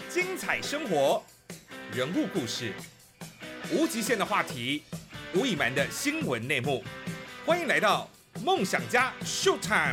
精彩生活，人物故事，无极限的话题，无隐瞒的新闻内幕，欢迎来到梦想家 Showtime。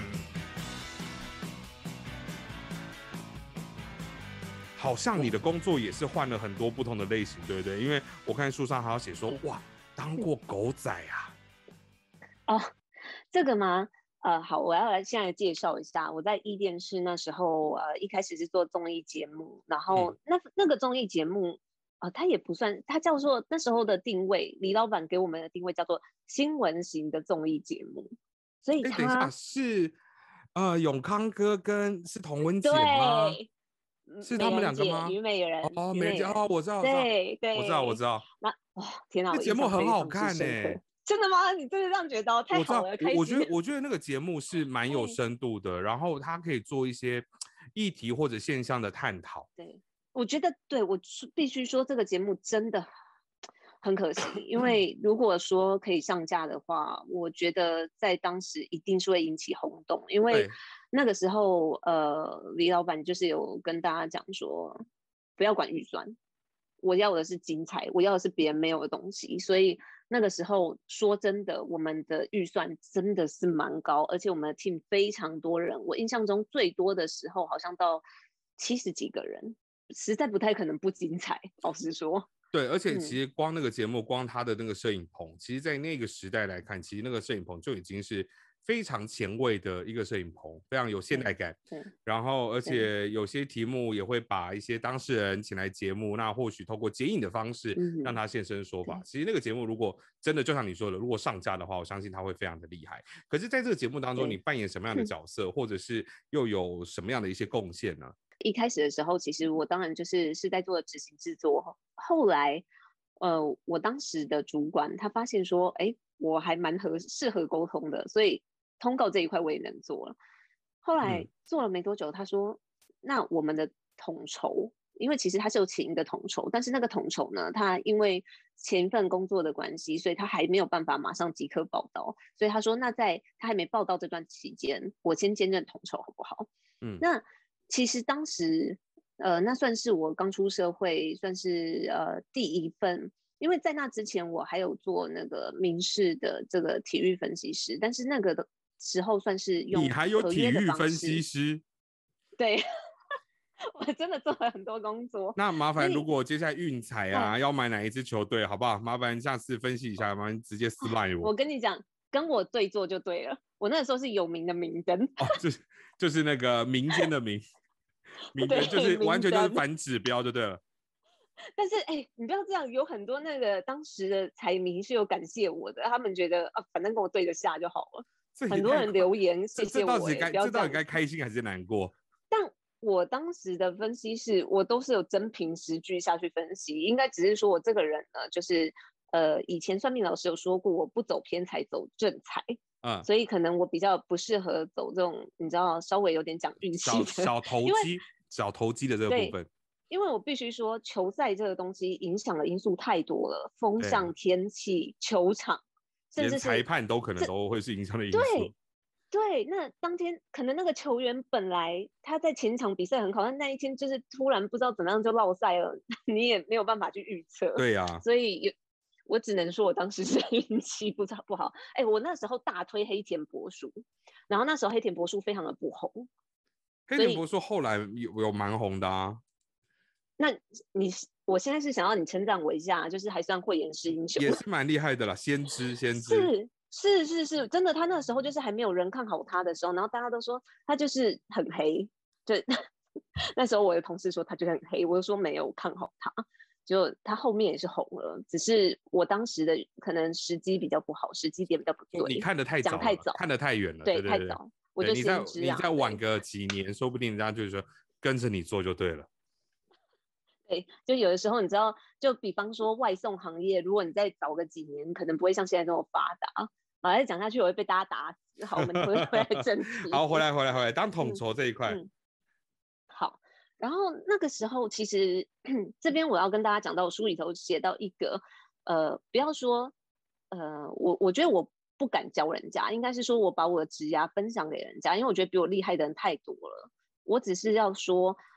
好像你的工作也是换了很多不同的类型，对不对？因为我看书上还要写说，哇，当过狗仔啊。 哦，这个吗？好，我要现在介绍一下，我在E电视那时候，一开始是做综艺节目，然后那个综艺节目，它也不算，它叫做那时候的定位，李老板给我们的定位叫做新闻型的综艺节目，所以等一下是永康哥跟是童文姐吗？ 对， 是他们美人姐两个吗？ 虞美人， 哦， 虞美人， 美人姐哦，我知道， 对对， 我知道。 那天哪， 这我印象节目很好非常之看深刻。真的吗？你真的这样觉得？太我知道， 好了，开心。 我觉得那个节目是蛮有深度的，然后它可以做一些议题或者现象的探讨。 对，我觉得对我必须说，这个节目真的很可惜，因为如果说可以上架的话，我觉得在当时一定是会引起轰动，因为那个时候李老板就是有跟大家讲说，不要管预算，我要的是精彩，我要的是别人没有的东西，所以那个时候说真的，我们的预算真的是蛮高，而且我们的 team 非常多人，我印象中最多的时候好像到70几个人，实在不太可能不精彩，老实说。 对，而且其实光那个节目，光他的那个摄影棚，其实在那个时代来看，其实那个摄影棚就已经是非常前卫的一个摄影棚，非常有现代感。然后，而且有些题目也会把一些当事人请来节目，那或许透过接应的方式让他现身说法。其实那个节目如果真的就像你说的，如果上架的话，我相信他会非常的厉害。可是，在这个节目当中，你扮演什么样的角色，或者是又有什么样的一些贡献呢？ 一开始的时候，其实我当然是在做执行制作。后来，我当时的主管他发现说，哎，我还蛮适合沟通的，所以通告这一块我也能做了。后来做了没多久，他说，那我们的统筹，因为其实他是有请一个统筹，但是那个统筹呢，他因为前一份工作的关系，所以他还没有办法马上即刻报到，所以他说，那在他还没报到这段期间，我先兼任统筹好不好？那其实当时，那算是我刚出社会，算是第一份，因为在那之前我还有做那个民事的这个体育分析师，但是那个的时候算是用你还有合约的方式。 体育分析师？ 对，我真的做了很多工作。 那麻烦，如果接下来运彩啊要买哪一支球队，好不好？麻烦下次分析一下，麻烦直接私赖我。 我跟你讲，跟我对做就对了。我那时候是有名的明灯哦，就是那个民间的民，民灯就是完全就是反指标就对了。 但是你不要这样，有很多那个当时的彩民是有感谢我的，他们觉得反正跟我对得下就好了。很多人留言谢谢我， 这到底该开心还是难过？ 但我当时的分析是，我都是有真凭实据下去分析，应该只是说我这个人呢，就是以前算命老师有说过，我不走偏财，走正财。所以可能我比较不适合走这种，你知道，稍微有点讲运气的小投机的这个部分。 因为我必须说，球赛这个东西影响的因素太多了，风向、天气、球场，甚至连裁判都可能都会是影响的因素。 对，那当天可能那个球员本来他在前场比赛很好，但那一天就是突然不知道怎么样就落赛了，你也没有办法去预测。 对呀， 所以我只能说我当时是运气不好。我那时候大推黑田博树，然后那时候黑田博树非常的不红。 黑田博树后来有蛮红的啊。 那我现在是想要你称赞我一下，就是还算慧眼识英雄， 也是蛮厉害的啦，先知。 是，真的，他那时候就是还没有人看好他的时候，然后大家都说他就是很黑，就那时候我的同事说他就是很黑，我就说没有看好他，就他后面也是红了，只是我当时的可能时机比较不好，时机点比较不对， 你看得太早，看得太远了， 对，太早，我就先知你再晚个几年，说不定人家就是说跟着你做就对了。 对，就有的时候你知道，就比方说外送行业，如果你再早个几年，可能不会像现在这么发达。再讲下去我会被大家打死。好，我们回来正题。 好，回来，当统筹这一块。 好，然后那个时候其实这边我要跟大家讲到，书里头写到一个不要说我觉得我不敢教人家，应该是说我把我的职涯分享给人家，因为我觉得比我厉害的人太多了。我只是要说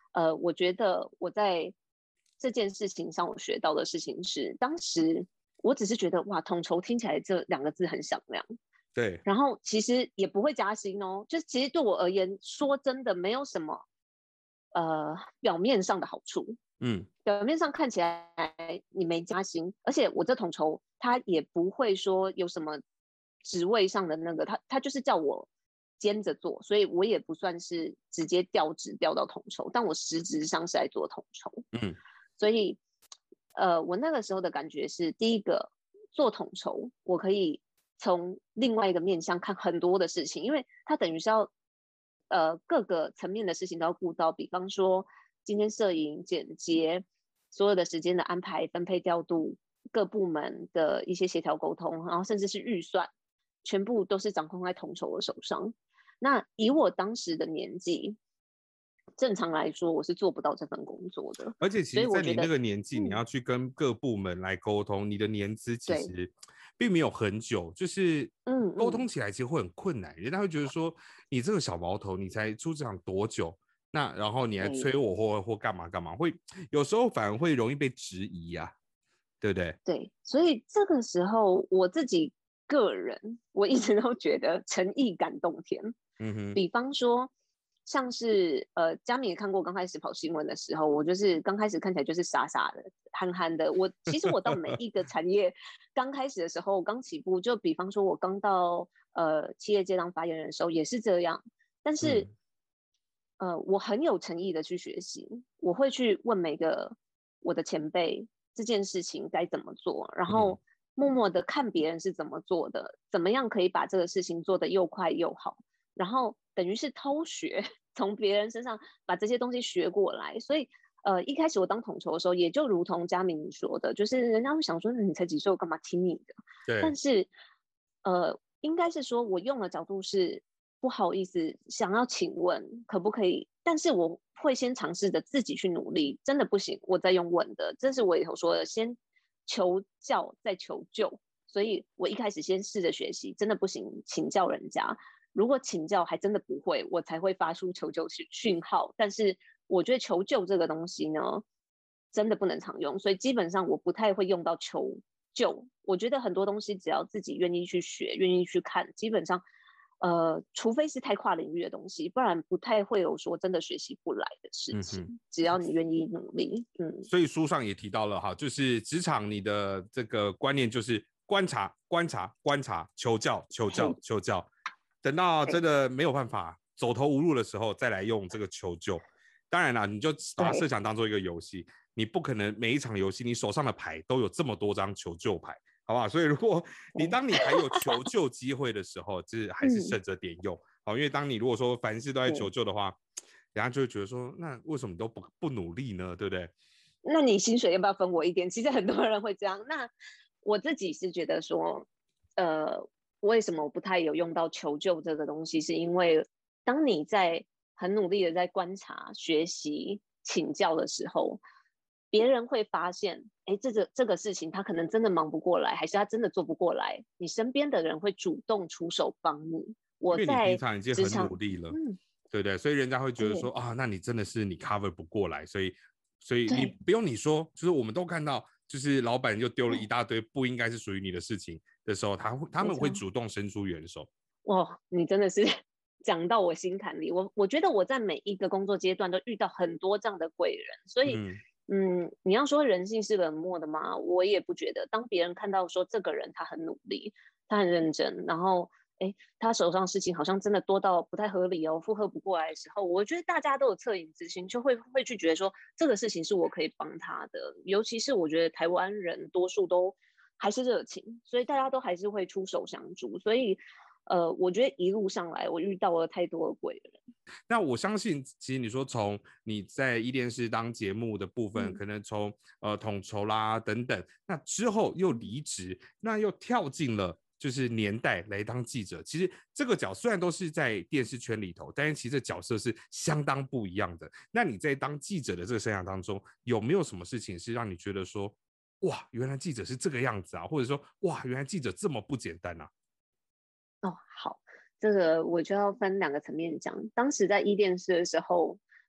我觉得我在这件事情上我学到的事情是，当时我只是觉得哇，统筹听起来这2个字很响亮， 对， 然后其实也不会加薪哦，就其实对我而言，说真的没有什么表面上的好处，表面上看起来你没加薪，而且我这统筹他也不会说有什么职位上的那个，他就是叫我兼着做，所以我也不算是直接调职调到统筹，但我实质上是在做统筹，所以我那个时候的感觉是，第一个做统筹，我可以从另外一个面向看很多的事情，因为它等于是要各个层面的事情都要顾到，比方说今天摄影、剪接，所有的时间的安排、分配、调度，各部门的一些协调沟通，然后甚至是预算，全部都是掌控在统筹的手上。那以我当时的年纪，正常来说我是做不到这份工作的。 而且其实在你那个年纪，你嗯， 要去跟各部门来沟通，你的年资其对， 实并没有很久，就是沟通起来其实会很困难，人家会觉得说你这个小毛头，你才出职场多久？那然后你还催我或干嘛干嘛，会有时候反而会容易被质疑啊，对不对？ 对，所以这个时候我自己个人，我一直都觉得诚意感动天。比方说，像是佳敏也看过，刚开始跑新闻的时候，我就是刚开始看起来就是傻傻的、憨憨的。其实我到每一个产业刚开始的时候，刚起步，就比方说我刚到企业界当发言人的时候也是这样，但是。我很有诚意的去学习，我会去问每个我的前辈这件事情该怎么做，然后默默的看别人是怎么做的，怎么样可以把这个事情做得又快又好，然后等于是偷学，从别人身上把这些东西学过来。所以，一开始我当统筹的时候，也就如同佳明说的，就是人家会想说，你才几岁，我干嘛听你的？但是，应该是说我用的角度是。不好意思，想要请问可不可以？但是我会先尝试着自己去努力，真的不行，我再用问的。这是我以后说的，先求教再求救。所以我一开始先试着学习，真的不行，请教人家。如果请教还真的不会，我才会发出求救讯号。但是我觉得求救这个东西呢，真的不能常用，所以基本上我不太会用到求救。我觉得很多东西只要自己愿意去学，愿意去看，基本上。除非是太跨领域的东西，不然不太会有说真的学习不来的事情。只要你愿意努力， 所以书上也提到了哈，就是职场你的这个观念就是观察、观察、观察，求教、求教、求教。等到真的没有办法走投无路的时候，再来用这个求救。当然啦，你就把它设想当做一个游戏，你不可能每一场游戏你手上的牌都有这么多张求救牌。好不好？所以如果当你还有求救机会的时候，就是还是慎着点用。好，因为当你如果说凡事都在求救的话，人家就会觉得说，那为什么你都不努力呢？对不对？ 那你薪水要不要分我一点？其实很多人会这样。那我自己是觉得说，为什么我不太有用到求救这个东西？是因为当你在很努力的在观察、学习、请教的时候。别人会发现，哎，这个事情他可能真的忙不过来，还是他真的做不过来，你身边的人会主动出手帮你。 因为你平常已经很努力了，对不对？所以人家会觉得说啊，那你真的是你 cover 不过来，所以你不用你说，就是我们都看到，就是老板就丢了一大堆不应该是属于你的事情的时候，他们会主动伸出援手。 哇，你真的是讲到我心坎里。我觉得我在每一个工作阶段都遇到很多这样的贵人，所以。你要说人性是冷漠的吗？我也不觉得。当别人看到说这个人他很努力，他很认真，然后他手上事情好像真的多到不太合理哦，负荷不过来的时候，我觉得大家都有恻隐之心，就会去觉得说这个事情是我可以帮他的。尤其是我觉得台湾人多数都还是热情，所以大家都还是会出手相助。所以我觉得一路上来，我遇到了太多的贵人。 那我相信，其实你说从你在伊甸市当节目的部分，可能从统筹啦等等，那之后又离职，那又跳进了就是年代来当记者。其实这个角虽然都是在电视圈里头，但是其实这角色是相当不一样的。那你在当记者的这个生涯当中，有没有什么事情是让你觉得说，哇，原来记者是这个样子啊，或者说，哇，原来记者这么不简单啊？ 哦，好。这个我就要分2个层面讲。当时在伊甸市的时候，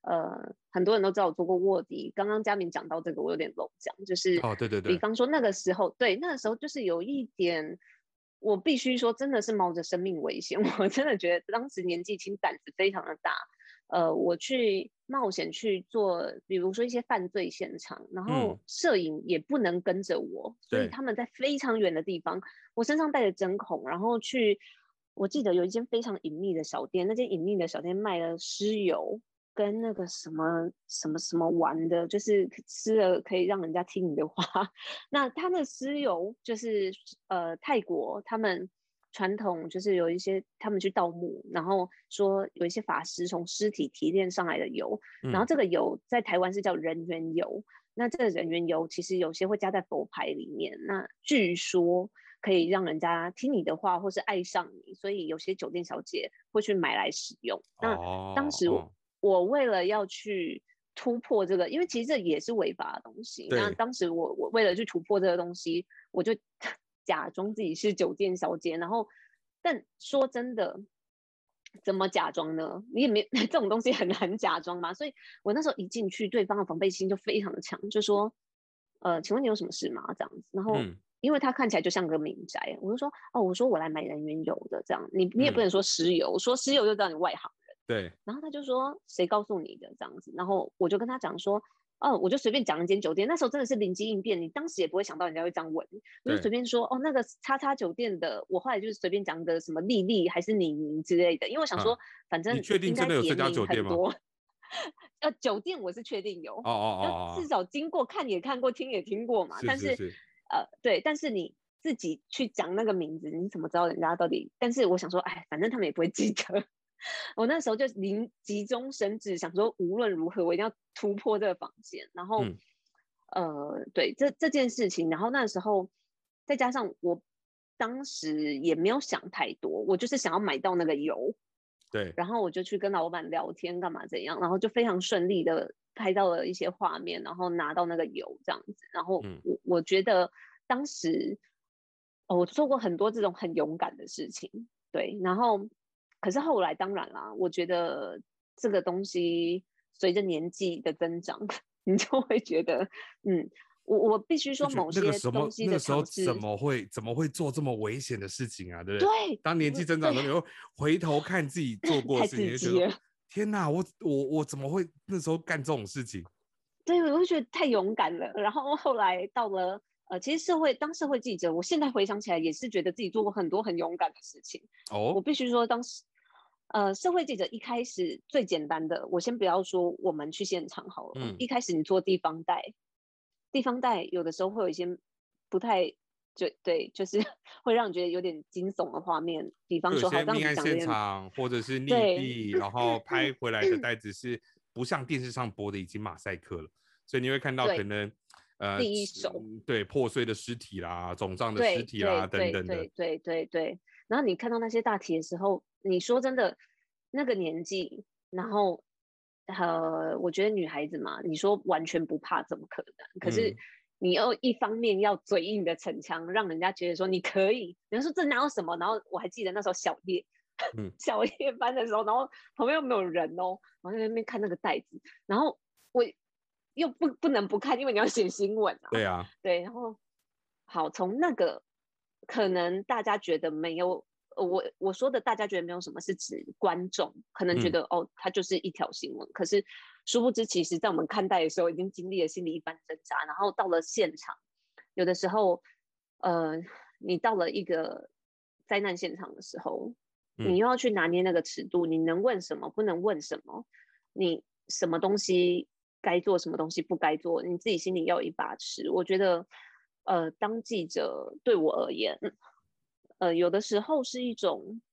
很多人都知道我做过卧底。刚刚嘉明讲到这个，我有点漏讲，就是对对对， 比方说那个时候，对，那个时候就是有一点，我必须说真的是冒着生命危险，我真的觉得当时年纪轻，胆子非常的大。我去冒险去做，比如说一些犯罪现场，然后摄影也不能跟着我，所以他们在非常远的地方，我身上带着针孔，然后去，我记得有一间非常隐秘的小店，那间隐秘的小店卖了尸油跟那个什么什么什么丸的，就是吃了可以让人家听你的话。那他的尸油就是泰国他们传统就是有一些他们去盗墓，然后说有一些法师从尸体提炼上来的油，然后这个油在台湾是叫人缘油。那这个人缘油其实有些会加在佛牌里面，那据说可以让人家听你的话或是爱上你，所以有些酒店小姐会去买来使用。那当时我为了要去突破这个，因为其实这也是违法的东西。那当时我为了去突破这个东西，我就假装自己是酒店小姐，然后但说真的，怎么假装呢？你也没这种东西很难假装嘛。所以我那时候一进去，对方的防备心就非常的强，就说请问你有什么事吗？这样子，然后。因为他看起来就像个民宅，我就说我说我来买人缘油的，这样你也不能说石油，说石油就知道你外行人。 对。 然后他就说谁告诉你的这样子，然后我就跟他讲说，我就随便讲一间酒店，那时候真的是灵机应变，你当时也不会想到人家会这样问，我就随便说那个叉叉酒店的，我后来就是随便讲个什么丽丽还是李宁之类的，因为我想说反正你确定真的有这家酒店吗？ 酒店我是确定有，至少经过看也看过，听也听过嘛。但是对，但是你自己去讲那个名字，你怎么知道人家到底？但是我想说，反正他们也不会记得。我那时候就急中生智，想说无论如何我一定要突破这个防线。然后，对这件事情，然后那时候再加上我当时也没有想太多，我就是想要买到那个油。 对， 然后我就去跟老板聊天，干嘛怎样，然后就非常顺利的拍到了一些画面，然后拿到那个油这样子。然后我觉得当时我做过很多这种很勇敢的事情，对。然后可是后来当然啦，我觉得这个东西随着年纪的增长，你就会觉得我必须说某些东西的尝试， 怎么会做这么危险的事情啊？对不对？ 对，当年纪增长的时候，回头看自己做过的事情， 太刺激了。 天哪，我怎么会那时候干这种事情？ 对，我就觉得太勇敢了。然后后来到了其实当社会记者，我现在回想起来也是觉得自己做过很多很勇敢的事情。我必须说，当时社会记者一开始最简单的，我先不要说我们去现场好了。一开始你做地方带有的时候会有一些不太对，就是会让你觉得有点惊悚的画面。比方说，好， 命案现场或者是溺毙，然后拍回来的袋子是不像电视上播的已经马赛克了，所以你会看到可能第一手对破碎的尸体啦、肿胀的尸体啦等等的。 对。然后你看到那些大体的时候，你说真的，那个年纪，然后我觉得女孩子嘛，你说完全不怕怎么可能？可是你又一方面要嘴硬的逞强，让人家觉得说你可以，人家说这哪有什么？然后我还记得那时候小夜小夜班的时候，然后旁边又没有人哦，然后在那边看那个袋子，然后我又不能不看，因为你要写新闻啊。 对啊， 对，然后好，从那个可能大家觉得没有。我说的大家觉得没有什么，是指观众可能觉得它就是一条新闻，可是殊不知，其实在我们看待的时候，已经经历了心理一番挣扎，然后到了现场，有的时候，你到了一个灾难现场的时候，你又要去拿捏那个尺度，你能问什么，不能问什么，你什么东西该做，什么东西不该做，你自己心里要有一把尺。我觉得，当记者对我而言。有的时候是一种，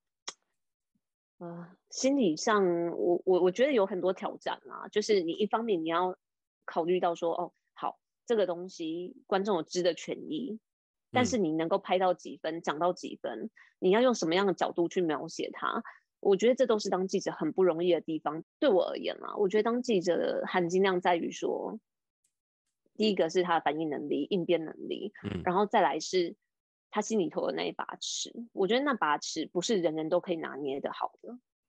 心理上，我觉得有很多挑战啊。就是你一方面你要考虑到说，好，这个东西观众有知的权益，但是你能够拍到几分，讲到几分，你要用什么样的角度去描写它？我觉得这都是当记者很不容易的地方。对我而言啊，我觉得当记者的含金量在于说，第一个是他的反应能力、应变能力，然后再来是。他心里头的那一把尺，我觉得那把尺不是人人都可以拿捏的好的。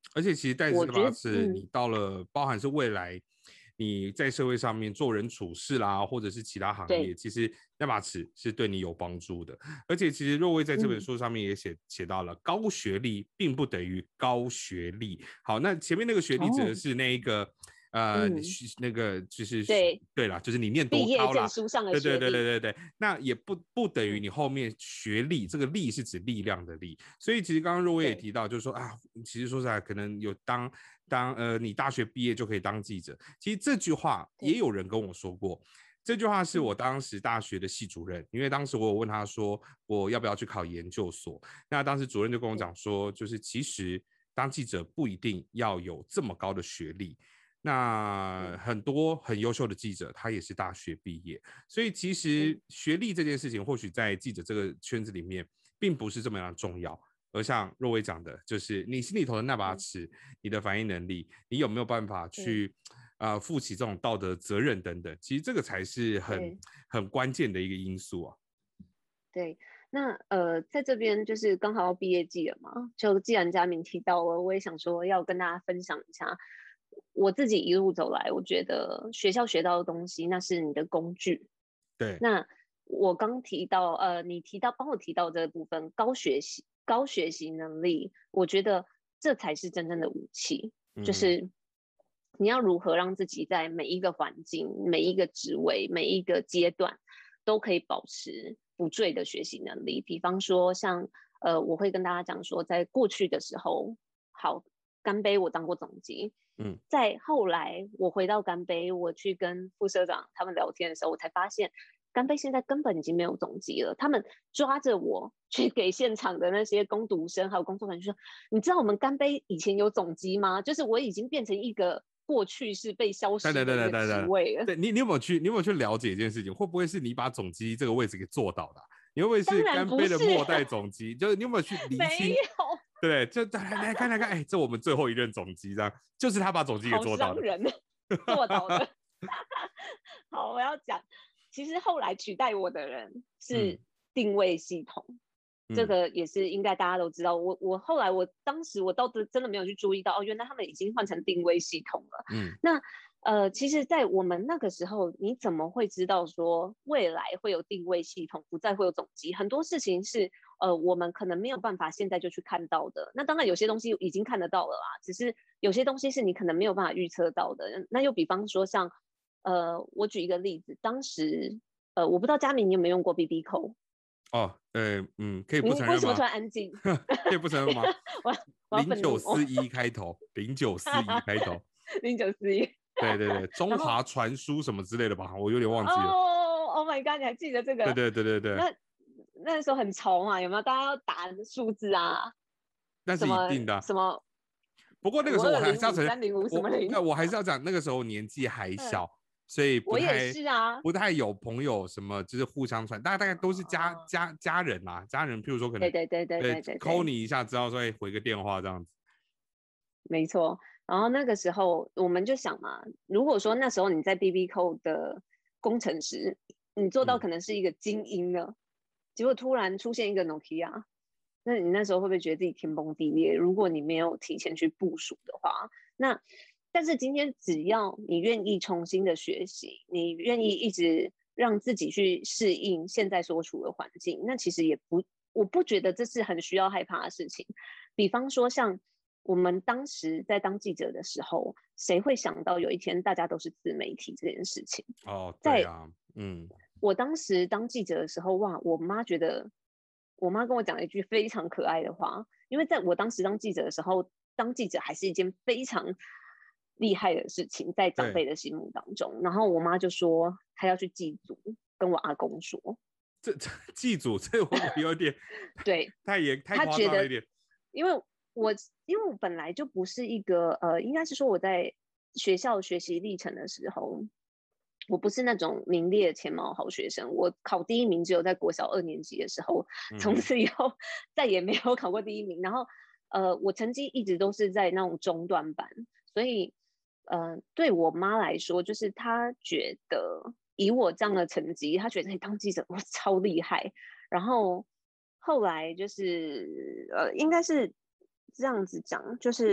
而且其实带着这我觉得， 把尺，你到了包含是未来你在社会上面做人处事啦，或者是其他行业， 对， 其实那把尺是对你有帮助的。而且其实若威在这本嗯书上面也写到了，高学历并不等于高学历。好，那前面那个学历指的哦， 是那一个嗯， 那个就是对， 对啦，就是你念毕业多高啦， 证书上的对对学历， 对对对对，那也不等于嗯， 你后面学历，这个历是指力量的力。所以其实刚刚若威也对， 提到，就是说啊，其实说实在，可能有你大学毕业就可以当记者。其实这句话也对， 有人跟我说过，这句话是我嗯， 当时大学的系主任，因为当时我有问他说我要不要去考研究所，那当时主任就跟我对， 讲说，就是其实当记者不一定要有这么高的学历。那对， 很多很优秀的记者，他也是大学毕业，所以其对， 实学历这件事情，或许在记者这个圈子里面，并不是这么样重要。而像若薇讲的，就是你心里头的那把嗯， 尺，你的反应能力，你有没有办法对， 去负起这种道德责任等等，其实这个才是对， 很关键的一个因素啊。 对。那在这边就是刚好要毕业季了嘛，就既然佳明提到了，我也想说要跟大家分享一下我自己一路走来，我觉得学校学到的东西，那是你的工具。 对， 那我刚提到，你帮我提到这个部分，高学习能力，我觉得这才是真正的武器，就嗯是你要如何让自己在每一个环境、每一个职位、每一个阶段都可以保持不坠的学习能力。比方说像，我会跟大家讲说，在过去的时候，好，干杯，我当过总机。 嗯， 在后来我回到干杯，我去跟副社长他们聊天的时候，我才发现干杯现在根本已经没有总机了。他们抓着我去给现场的那些工读生还有工作人员说：“你知道我们干杯以前有总机吗？就是我已经变成一个过去是被消对对失的一个对对对对， 职位了。” 对你你有没有去了解一件事情？会不会是你把总机这个位置给做到的啊？你会不会当是干杯的然不是， 末代总机？就是你有没有去厘没清？ 有， 对，就来看，哎，这我们最后一任总机，这样就是他把总机给好做到的。 伤人，做到的。好，我要讲，其实后来取代我的人嗯是定位系统，这嗯个也是应该大家都知道。我后来当时我倒真的没有去注意到，哦，原来他们已经换成定位系统了。 嗯那其实，在我们那个时候，你怎么会知道说未来会有定位系统，不再会有总机？很多事情是我们可能没有办法现在就去看到的。那当然有些东西已经看得到了啦，只是有些东西是你可能没有办法预测到的。那又比方说像我举一个例子，当时我不知道佳明你有没有用过 BB 扣？ 哦，可以不你承认吗？ 为什么突然安静？ 可以不承认吗？ 我我要零愤怒哦， 九四一开头，0941开头， 0941。 对对对，中然后华传输什么之类的吧，我有点忘记了。 Oh my god，你还记得这个？ 对对对对对， 那时候很潮嘛，有没有？大家要打数字啊， 那是一什么定的啊。 什么不过那个时候我还是要承认， 520305什么零？ 我还是要讲，那个时候年纪还嗯， 小，所以我也是啊。 不太有朋友什么，就是互相传，大概都是家人啊，家人，譬如说可能对对对对对对对 call 对， 你一下，知道说回个电话这样子。 没错。然后那个时候我们就想嘛，如果说那时候你在 BB 扣的工程师，你做到嗯， 可能是一个精英了，结果突然出现一个 Nokia，那你那时候会不会觉得自己天崩地裂？如果你没有提前去部署的话，那但是今天只要你愿意重新的学习，你愿意一直让自己去适应现在所处的环境，那其实我不觉得这是很需要害怕的事情。比方说像我们当时在当记者的时候，谁会想到有一天大家都是自媒体这件事情？ 哦，对在啊，嗯我当时当记者的时候，哇，我妈跟我讲了一句非常可爱的话，因为在我当时当记者的时候，当记者还是一件非常厉害的事情，在长对， 辈的心目当中。然后我妈就说她要去祭祖，跟我阿公说， 这记住，这会不会有点对， 太她觉得， 夸张了一点？ 因为因为我本来就不是一个应该是说我在学校学习历程的时候，我不是那种名列前茅好学生，我考第一名只有在国小2年级的时候，从嗯此以后再也没有考过第一名。然后我成绩一直都是在那种中段班，所以对我妈来说，就是她觉得以我这样的成绩，她觉得你当记者我超厉害。然后后来就是应该是这样子讲，就是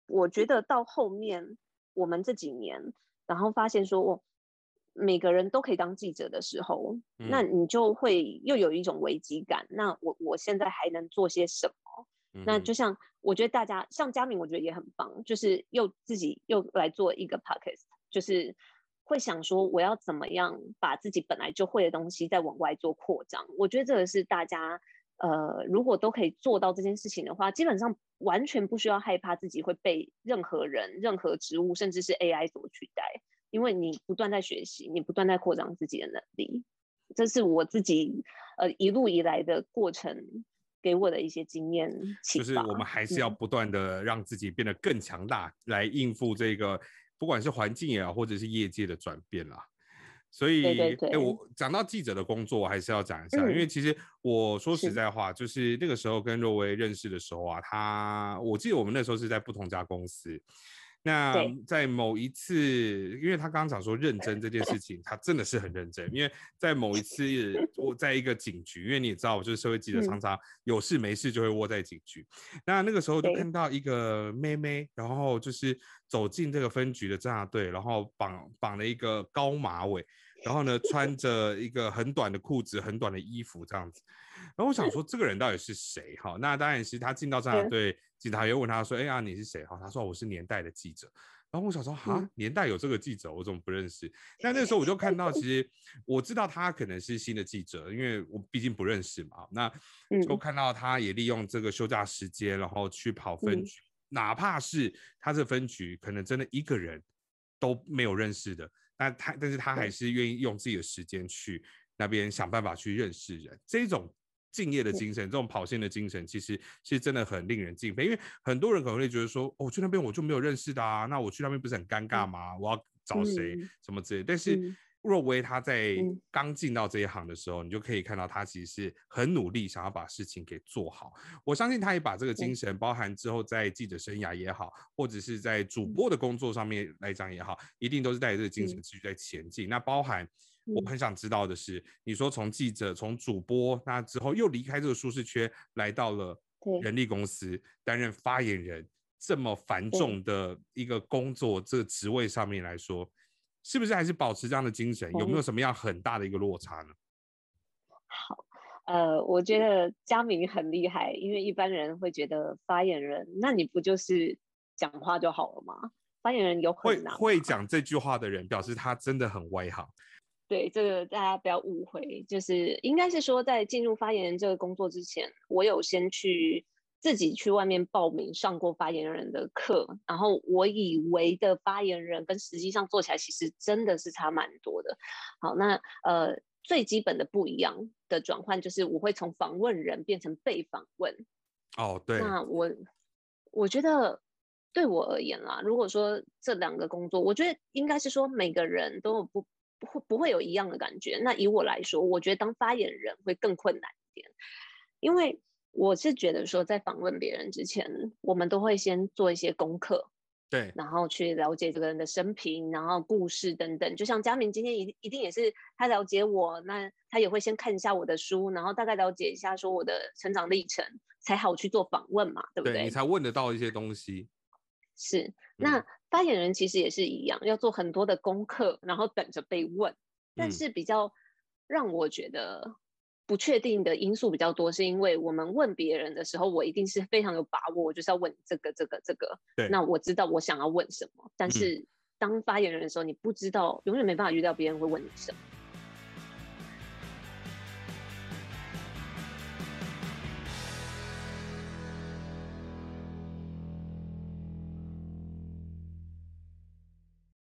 我觉得到后面我们这几年，然后发现说，每个人都可以当记者的时候，那你就会又有一种危机感。那我现在还能做些什么？那就像我觉得大家像佳明，我觉得也很棒，就是自己又来做一个 podcast， 就是会想说我要怎么样把自己本来就会的东西再往外做扩张。我觉得这个是大家如果都可以做到这件事情的话，基本上完全不需要害怕自己会被任何人、任何职务，甚至是 AI 所取代。因为你不断在学习，你不断在扩张自己的能力，这是我自己一路以来的过程给我的一些经验启发。 就是我们还是要不断的让自己变得更强大，来应付这个不管是环境也好，或者是业界的转变啦。所以，我讲到记者的工作，我还是要讲一下，因为其实我说实在话，就是那个时候跟若薇认识的时候啊，我记得我们那时候是在不同家公司。那在某一次，因为他刚刚讲说认真这件事情，他真的是很认真。因为在某一次，我在一个警局，因为你也知道，我就是社会记者，常常有事没事就会窝在警局。那个时候就看到一个妹妹，然后就是走进这个分局的侦查队，然后绑了一个高马尾，然后呢穿着一个很短的裤子、很短的衣服这样子。然后我想说，这个人到底是谁？哈，那当然是他进到侦查队，警察又问他说：“哎呀，你是谁？”哈，他说：“我是年代的记者。”然后我想说，哈，年代有这个记者，我怎么不认识？但那时候我就看到，其实我知道他可能是新的记者，因为我毕竟不认识嘛。那就看到他也利用这个休假时间，然后去跑分局，哪怕是他这分局可能真的一个人都没有认识的，但是他还是愿意用自己的时间去那边想办法去认识人，这种敬业的精神，这种跑线的精神，其实是真的很令人敬佩。因为很多人可能会觉得说，哦，去那边我就没有认识的啊，那我去那边不是很尴尬吗？我要找谁什么之类的。但是若薇她在刚进到这一行的时候，你就可以看到她其实是很努力想要把事情给做好。我相信她也把这个精神，包含之后在记者生涯也好，或者是在主播的工作上面来讲也好，一定都是带着这个精神继续在前进。那包含我很想知道的是，你说从记者、从主播，那之后又离开这个舒适圈，来到了人力公司担任发言人，这么繁重的一个工作，这个职位上面来说，是不是还是保持这样的精神？有没有什么样很大的一个落差呢？ 好，我觉得佳明很厉害，因为一般人会觉得发言人，那你不就是讲话就好了吗？发言人有很难会讲这句话的人，表示他真的很外行。 对，这个大家不要误会，就是应该是说，在进入发言人这个工作之前，我有先自己去外面报名上过发言人的课，然后我以为的发言人跟实际上做起来其实真的是差蛮多的。好，那最基本的不一样的转换就是我会从访问人变成被访问。 哦，对。 那我觉得对我而言啦，如果说这两个工作，我觉得应该是说每个人都有不会有一样的感觉。那以我来说，我觉得当发言人会更困难一点，因为我是觉得说，在访问别人之前，我们都会先做一些功课， 对， 然后去了解这个人的生平，然后故事等等。就像佳明今天一定也是他了解我，那他也会先看一下我的书，然后大概了解一下说我的成长历程，才好去做访问嘛，对不对？ 对，你才问得到一些东西。 是，那发言人其实也是一样，要做很多的功课，然后等着被问。但是比较让我觉得不确定的因素比较多，是因为我们问别人的时候，我一定是非常有把握，我就是要问这个。 对， 那我知道我想要问什么，但是当发言人的时候，你不知道，永远没办法预料别人会问你什么。